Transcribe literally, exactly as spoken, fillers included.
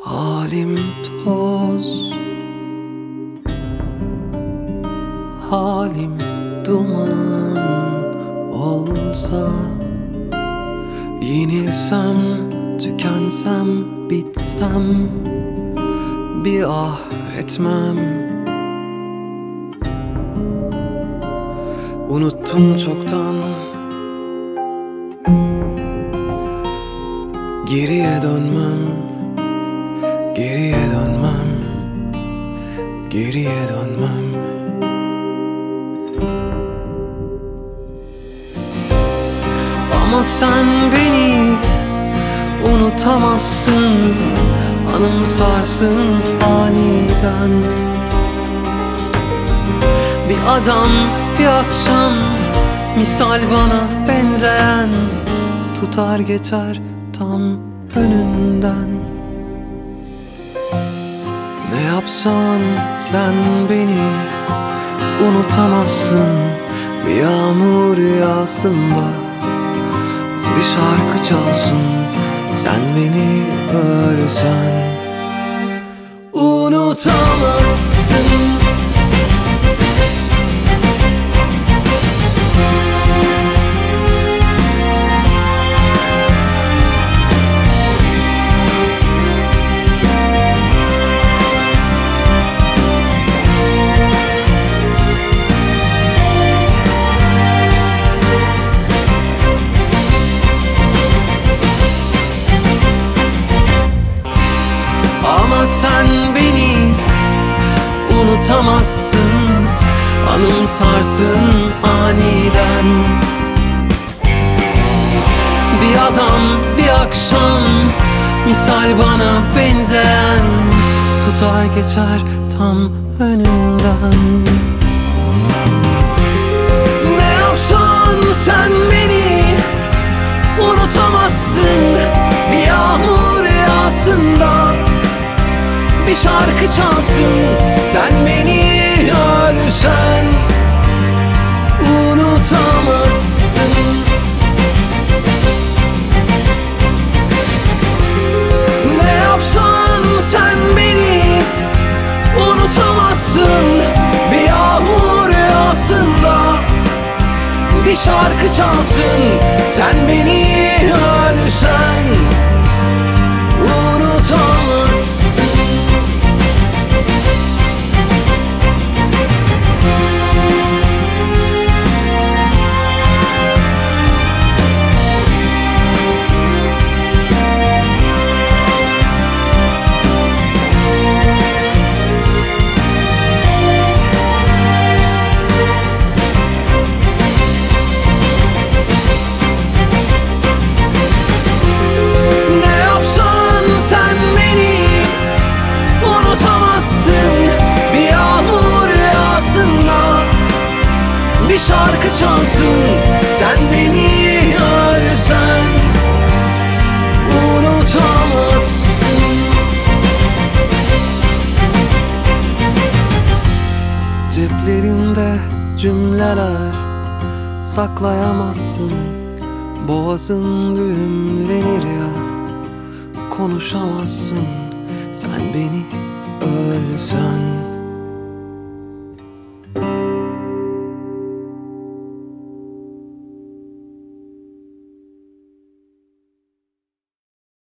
Halim toz, halim duman olsa, yenilsem, tükensem, bitsem, bir ah etmem. Unuttum çoktan, geriye dönmem, geriye dönmem, geriye dönmem. Ama sen beni unutamazsın, anımsarsın aniden. Bir adam, bir akşam, misal bana benzeyen, tutar geçer tam önünden. Ne yapsan sen beni unutamazsın. Bir yağmur yağsında, bir şarkı çalsın, sen beni ölsen unutamazsın. Ama sen beni unutamazsın, anımsarsın aniden. Bir adam, bir akşam, misal bana benzeyen, tutar geçer tam önünden. Ne yapsan sen beni unutamazsın. Bir yağmur yağsında, bir şarkı çalsın, sen beni ölsen unutamazsın. Ne yapsan sen beni unutamazsın. Bir yağmur yağsında, bir şarkı çalsın, sen beni ölsen unutamazsın. Bir şarkı çalsın, sen beni ölsen unutamazsın. Ceplerinde cümleler saklayamazsın. Boğazın düğümlenir ya, konuşamazsın, sen beni ölsen.